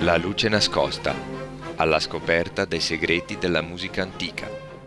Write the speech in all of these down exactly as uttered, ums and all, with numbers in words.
La luce nascosta, alla scoperta dei segreti della musica antica.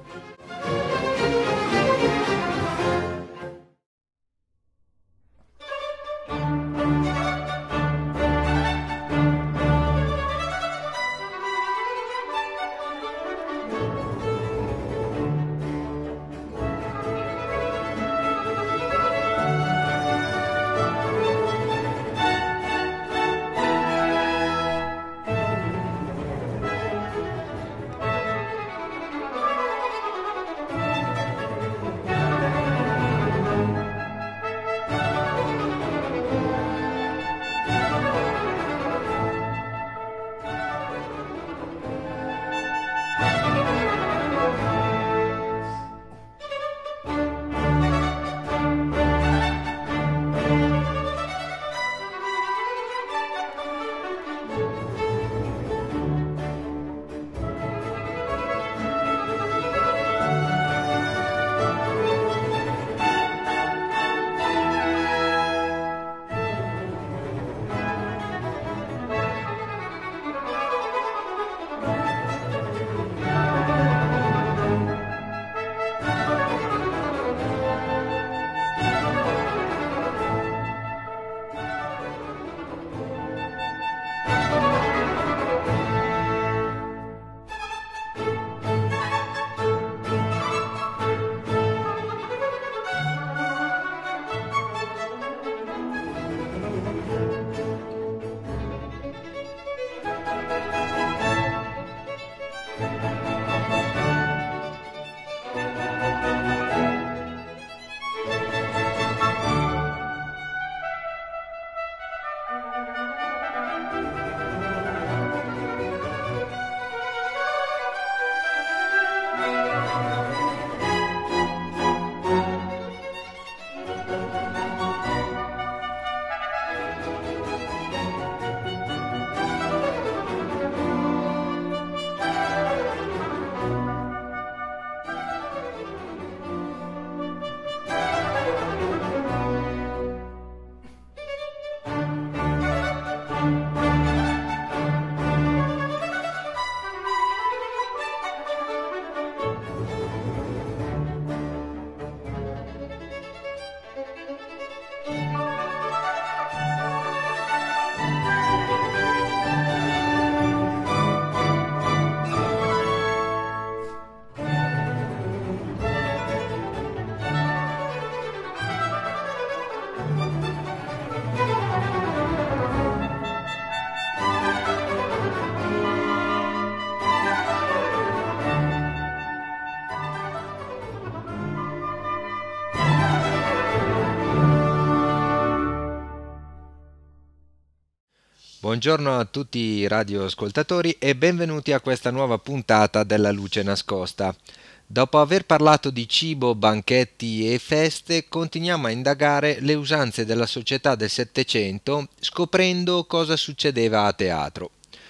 Buongiorno a tutti i radioascoltatori e benvenuti a questa nuova puntata della Luce Nascosta. Dopo aver parlato di cibo, banchetti e feste, continuiamo a indagare le usanze della società del Settecento, scoprendo cosa succedeva a teatro.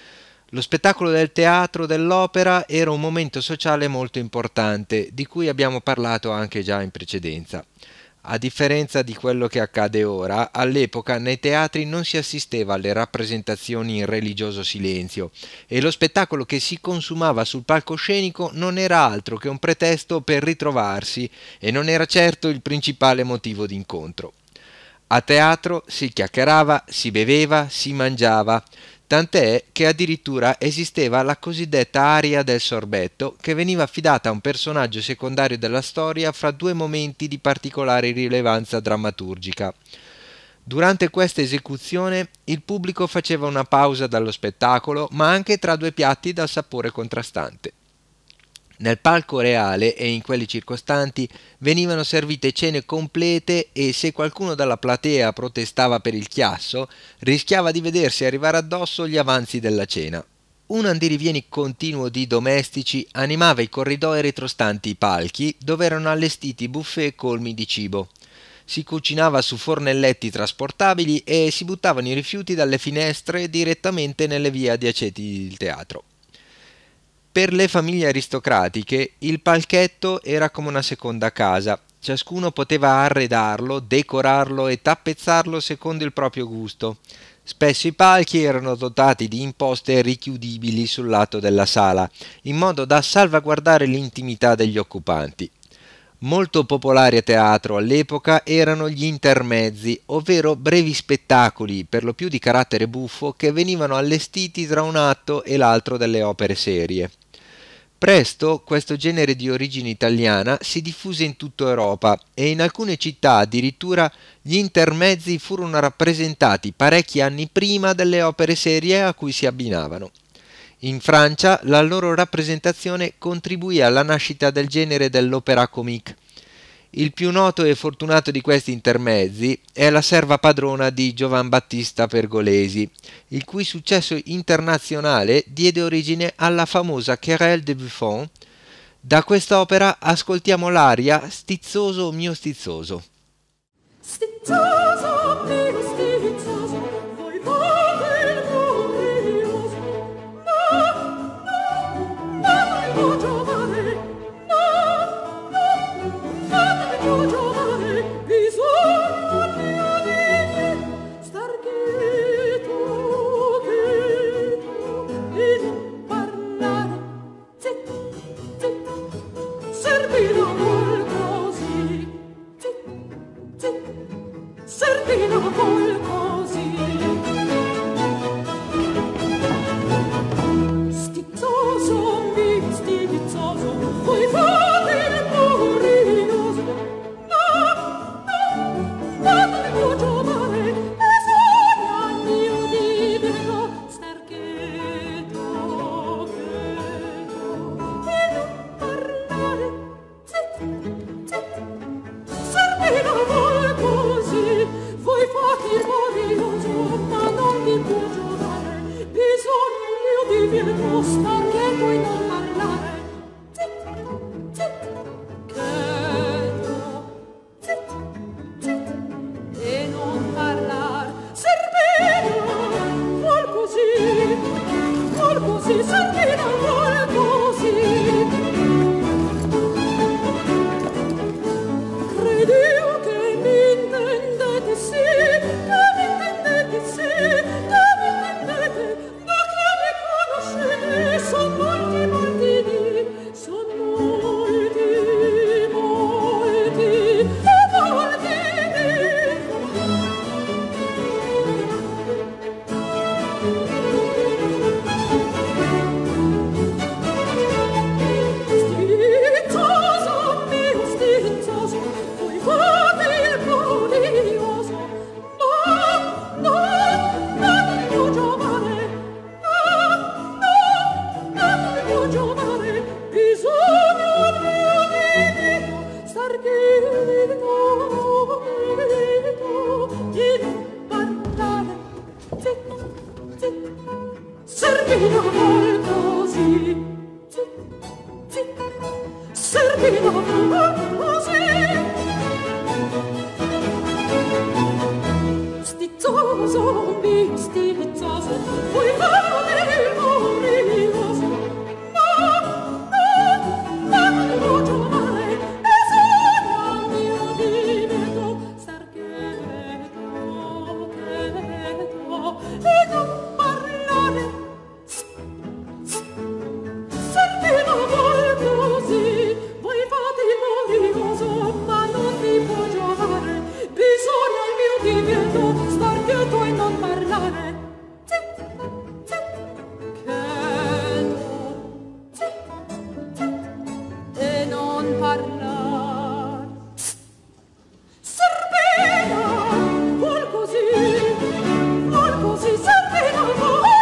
Lo spettacolo del teatro dell'opera era un momento sociale molto importante, di cui abbiamo parlato anche già in precedenza. A differenza di quello che accade ora, all'epoca nei teatri non si assisteva alle rappresentazioni in religioso silenzio e lo spettacolo che si consumava sul palcoscenico non era altro che un pretesto per ritrovarsi e non era certo il principale motivo d'incontro. A teatro si chiacchierava, si beveva, si mangiava, tant'è che addirittura esisteva la cosiddetta aria del sorbetto che veniva affidata a un personaggio secondario della storia fra due momenti di particolare rilevanza drammaturgica. Durante questa esecuzione il pubblico faceva una pausa dallo spettacolo, ma anche tra due piatti dal sapore contrastante. Nel palco reale e in quelli circostanti venivano servite cene complete e se qualcuno dalla platea protestava per il chiasso, rischiava di vedersi arrivare addosso gli avanzi della cena. Un andirivieni continuo di domestici animava i corridoi retrostanti i palchi, dove erano allestiti buffet colmi di cibo. Si cucinava su fornelletti trasportabili e si buttavano i rifiuti dalle finestre direttamente nelle vie adiacenti il teatro. Per le famiglie aristocratiche il palchetto era come una seconda casa. Ciascuno poteva arredarlo, decorarlo e tappezzarlo secondo il proprio gusto. Spesso i palchi erano dotati di imposte richiudibili sul lato della sala, in modo da salvaguardare l'intimità degli occupanti. Molto popolari a teatro all'epoca erano gli intermezzi, ovvero brevi spettacoli, per lo più di carattere buffo, che venivano allestiti tra un atto e l'altro delle opere serie. Presto questo genere di origine italiana si diffuse in tutta Europa e in alcune città addirittura gli intermezzi furono rappresentati parecchi anni prima delle opere serie a cui si abbinavano. In Francia la loro rappresentazione contribuì alla nascita del genere dell'opéra comique. Il più noto e fortunato di questi intermezzi è La serva padrona di Giovan Battista Pergolesi, il cui successo internazionale diede origine alla famosa Querelle de Buffon. Da quest'opera ascoltiamo l'aria Stizzoso mio stizzoso. Stizzoso mio stizzoso, vuoi poter glorioso? No, no, no, no, giovane, no, no, no, giovane, bisogno mio di star quieto, quieto, e non parlare, zitto, zitto, servino col così, zitto, zitto, servino col così. Stizzoso, mi stizzoso, vuoi fare il curioso? No, no, no, no, giovane, bisogna mio divino star quieto, quieto, e non parlare, zitto, zitto, servino col così. Vuoi fate il curioso, ma non mi può giovare, bisogna di dirlo, star quieto e non parlare. Zitto, zitto, quieto, zitto, zitto, e non parlar. Servino, vuol così, vuol così, servino, vuol così. Credio che mi intendete, sì, che mi intendete, sì, che mi intendete, ma che mi conoscete, son molti, molti di, son molti, molti, e molti Stizzoso, mio stizzoso, vuoi fate il curioso? No, no, no, mio giovane, no, no, no, mio giovane, bisogna mio divino star quieto, quieto, e non parlare, zitto, zitto, servino col così, zitto, zitto, servino col così. Stizzoso, mi stizzoso, vuoi fare il curioso? No, no, no, no, giovane, bisogna mio divino star quieto, quieto, e non parlare. Servino col così, voi fate il curioso, ma non mi può giovare, bisogna il mio divieto star quieto e non parlare. Zitto, zitto, quieto, zitto, zitto, e non parlar. Servino, vuol così, vuol così, servino, vuol così.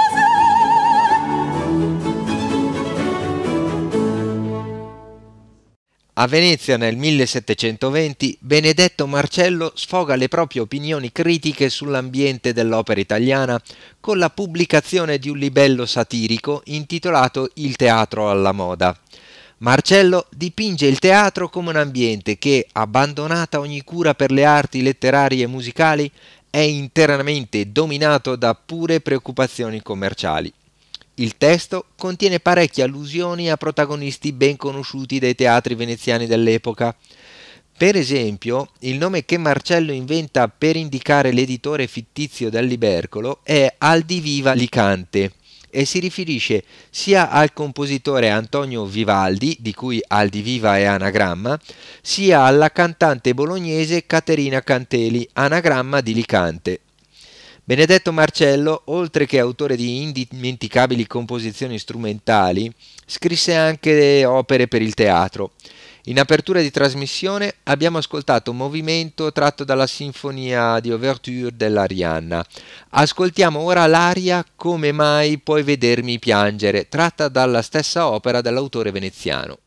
A Venezia nel millesettecentoventi Benedetto Marcello sfoga le proprie opinioni critiche sull'ambiente dell'opera italiana con la pubblicazione di un libello satirico intitolato Il teatro alla moda. Marcello dipinge il teatro come un ambiente che, abbandonata ogni cura per le arti letterarie e musicali, è interamente dominato da pure preoccupazioni commerciali. Il testo contiene parecchie allusioni a protagonisti ben conosciuti dai teatri veneziani dell'epoca. Per esempio, il nome che Marcello inventa per indicare l'editore fittizio del Libercolo è Aldiviva Licante e si riferisce sia al compositore Antonio Vivaldi, di cui Aldiviva è anagramma, sia alla cantante bolognese Caterina Canteli, anagramma di Licante. Benedetto Marcello, oltre che autore di indimenticabili composizioni strumentali, scrisse anche opere per il teatro. In apertura di trasmissione abbiamo ascoltato un movimento tratto dalla sinfonia di Ouverture dell'Arianna. Ascoltiamo ora l'aria Come mai puoi vedermi piangere, tratta dalla stessa opera dell'autore veneziano.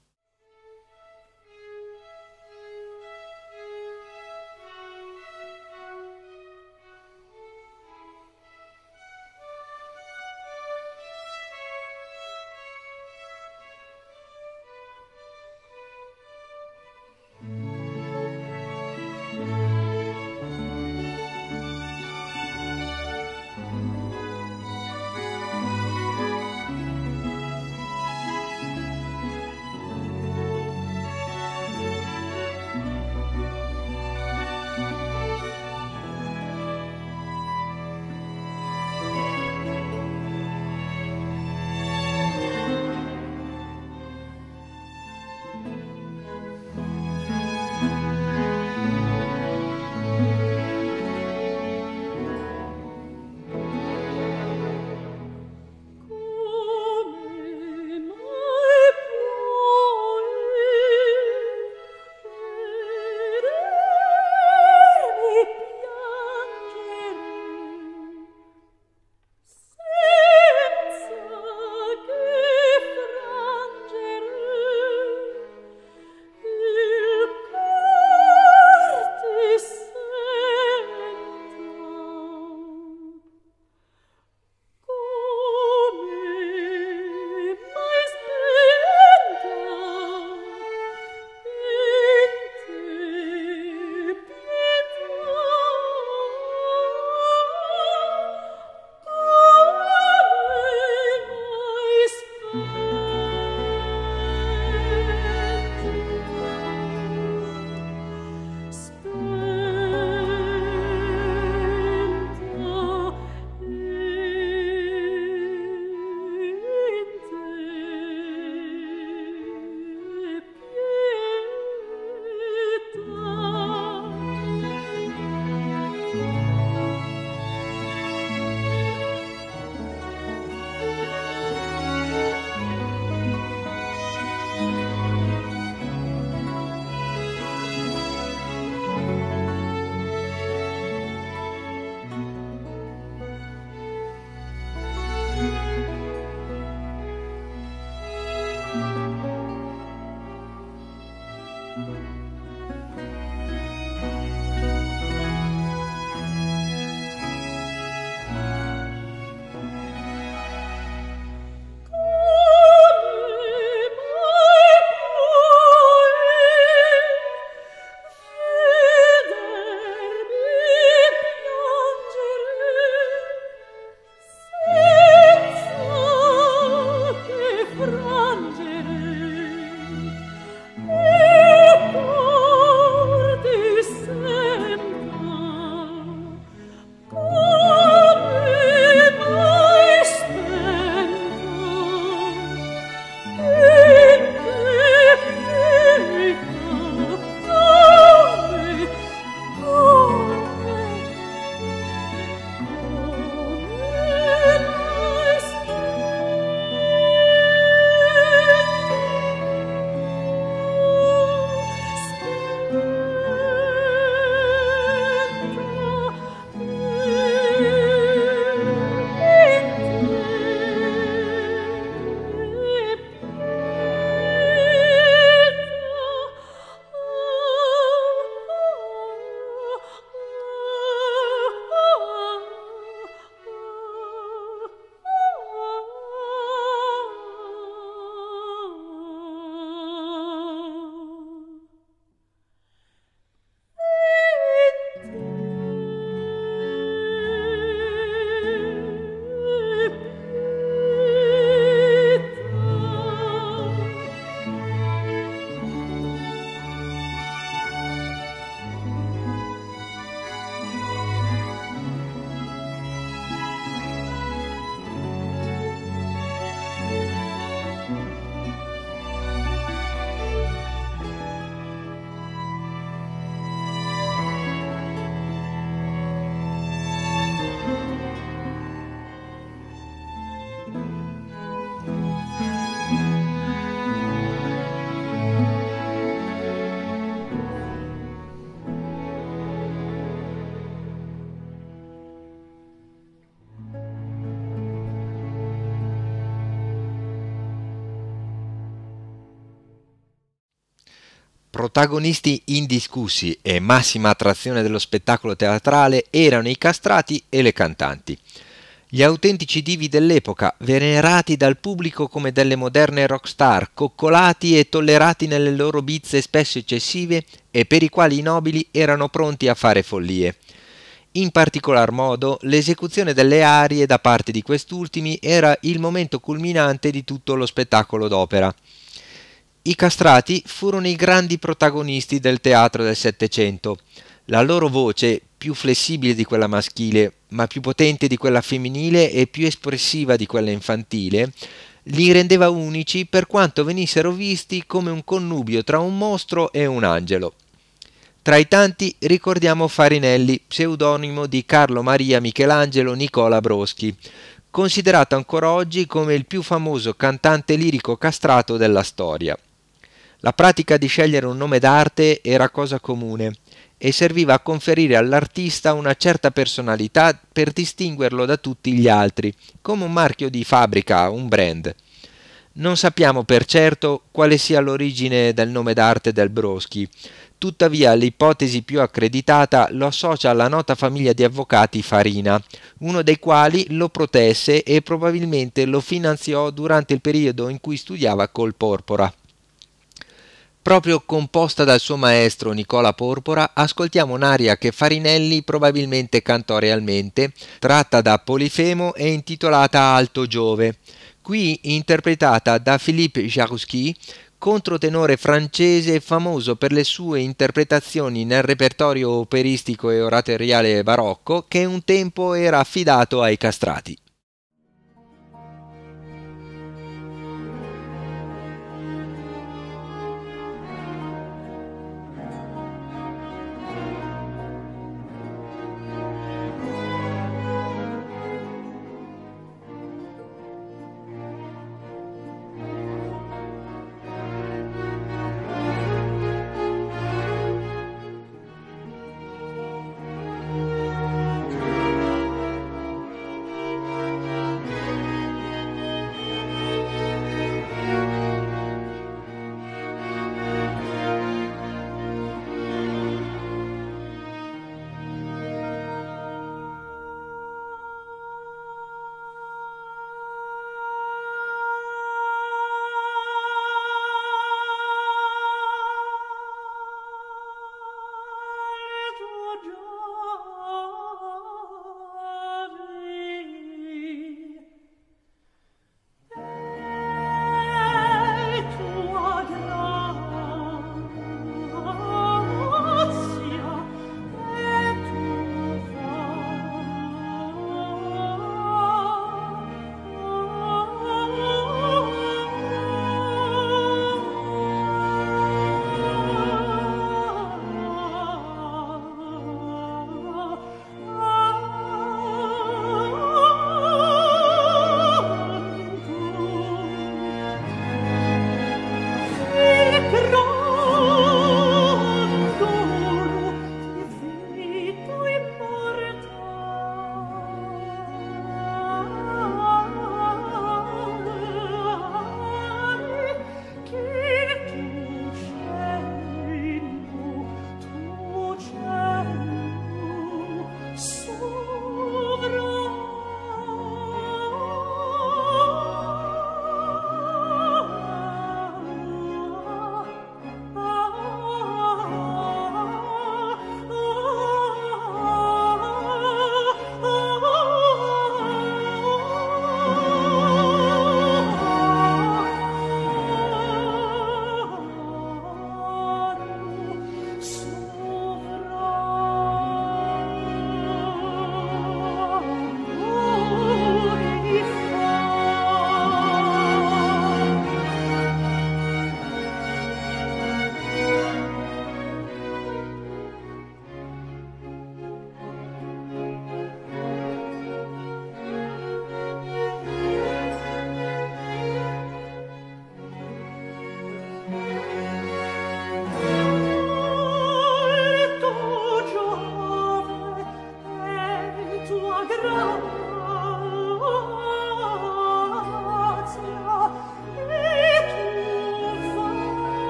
Protagonisti indiscussi e massima attrazione dello spettacolo teatrale erano i castrati e le cantanti. Gli autentici divi dell'epoca, venerati dal pubblico come delle moderne rockstar, coccolati e tollerati nelle loro bizze spesso eccessive e per i quali i nobili erano pronti a fare follie. In particolar modo, l'esecuzione delle arie da parte di quest'ultimi era il momento culminante di tutto lo spettacolo d'opera. I castrati furono i grandi protagonisti del teatro del Settecento. La loro voce, più flessibile di quella maschile, ma più potente di quella femminile e più espressiva di quella infantile, li rendeva unici per quanto venissero visti come un connubio tra un mostro e un angelo. Tra i tanti ricordiamo Farinelli, pseudonimo di Carlo Maria Michelangelo Nicola Broschi, considerato ancora oggi come il più famoso cantante lirico castrato della storia. La pratica di scegliere un nome d'arte era cosa comune e serviva a conferire all'artista una certa personalità per distinguerlo da tutti gli altri, come un marchio di fabbrica, un brand. Non sappiamo per certo quale sia l'origine del nome d'arte del Broschi, tuttavia l'ipotesi più accreditata lo associa alla nota famiglia di avvocati Farina, uno dei quali lo protesse e probabilmente lo finanziò durante il periodo in cui studiava col Porpora. Proprio composta dal suo maestro Nicola Porpora, ascoltiamo un'aria che Farinelli probabilmente cantò realmente, tratta da Polifemo e intitolata Alto Giove, qui interpretata da Philippe Jaroussky, controtenore francese famoso per le sue interpretazioni nel repertorio operistico e oratoriale barocco che un tempo era affidato ai castrati.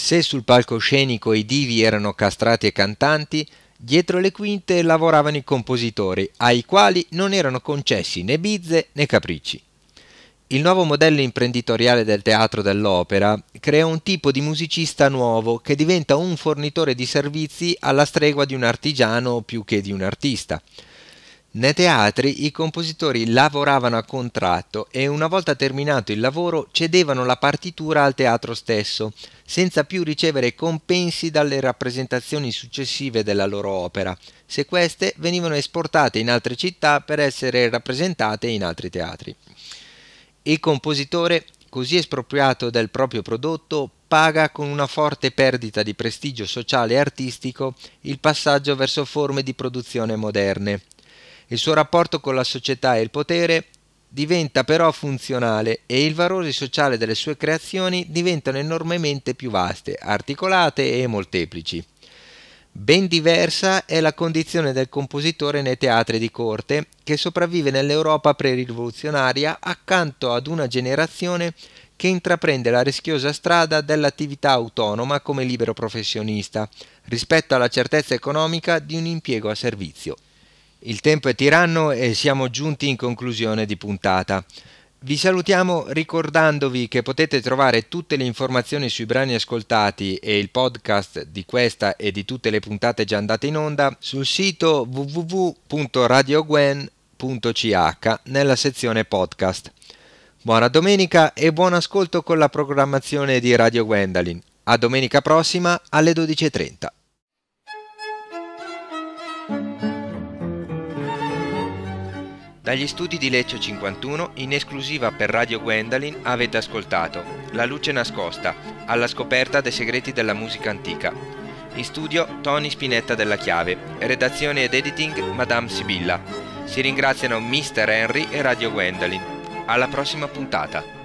Se sul palcoscenico i divi erano castrati e cantanti, dietro le quinte lavoravano i compositori, ai quali non erano concessi né bizze né capricci. Il nuovo modello imprenditoriale del teatro dell'opera crea un tipo di musicista nuovo che diventa un fornitore di servizi alla stregua di un artigiano più che di un artista. Nei teatri i compositori lavoravano a contratto e una volta terminato il lavoro cedevano la partitura al teatro stesso, senza più ricevere compensi dalle rappresentazioni successive della loro opera, se queste venivano esportate in altre città per essere rappresentate in altri teatri. Il compositore, così espropriato del proprio prodotto, paga con una forte perdita di prestigio sociale e artistico il passaggio verso forme di produzione moderne. Il suo rapporto con la società e il potere diventa però funzionale e il valore sociale delle sue creazioni diventano enormemente più vaste, articolate e molteplici. Ben diversa è la condizione del compositore nei teatri di corte, che sopravvive nell'Europa pre-rivoluzionaria accanto ad una generazione che intraprende la rischiosa strada dell'attività autonoma come libero professionista, rispetto alla certezza economica di un impiego a servizio. Il tempo è tiranno e siamo giunti in conclusione di puntata. Vi salutiamo ricordandovi che potete trovare tutte le informazioni sui brani ascoltati e il podcast di questa e di tutte le puntate già andate in onda sul sito w w w punto radio gwen punto c h nella sezione podcast. Buona domenica e buon ascolto con la programmazione di Radio Gwendalin. A domenica prossima alle dodici e trenta. Dagli studi di Lecce cinquantuno, in esclusiva per Radio Gwendalin, avete ascoltato La luce nascosta, alla scoperta dei segreti della musica antica. In studio Tony Spinetta della Chiave, redazione ed editing Madame Sibilla. Si ringraziano mister Henry e Radio Gwendalin. Alla prossima puntata.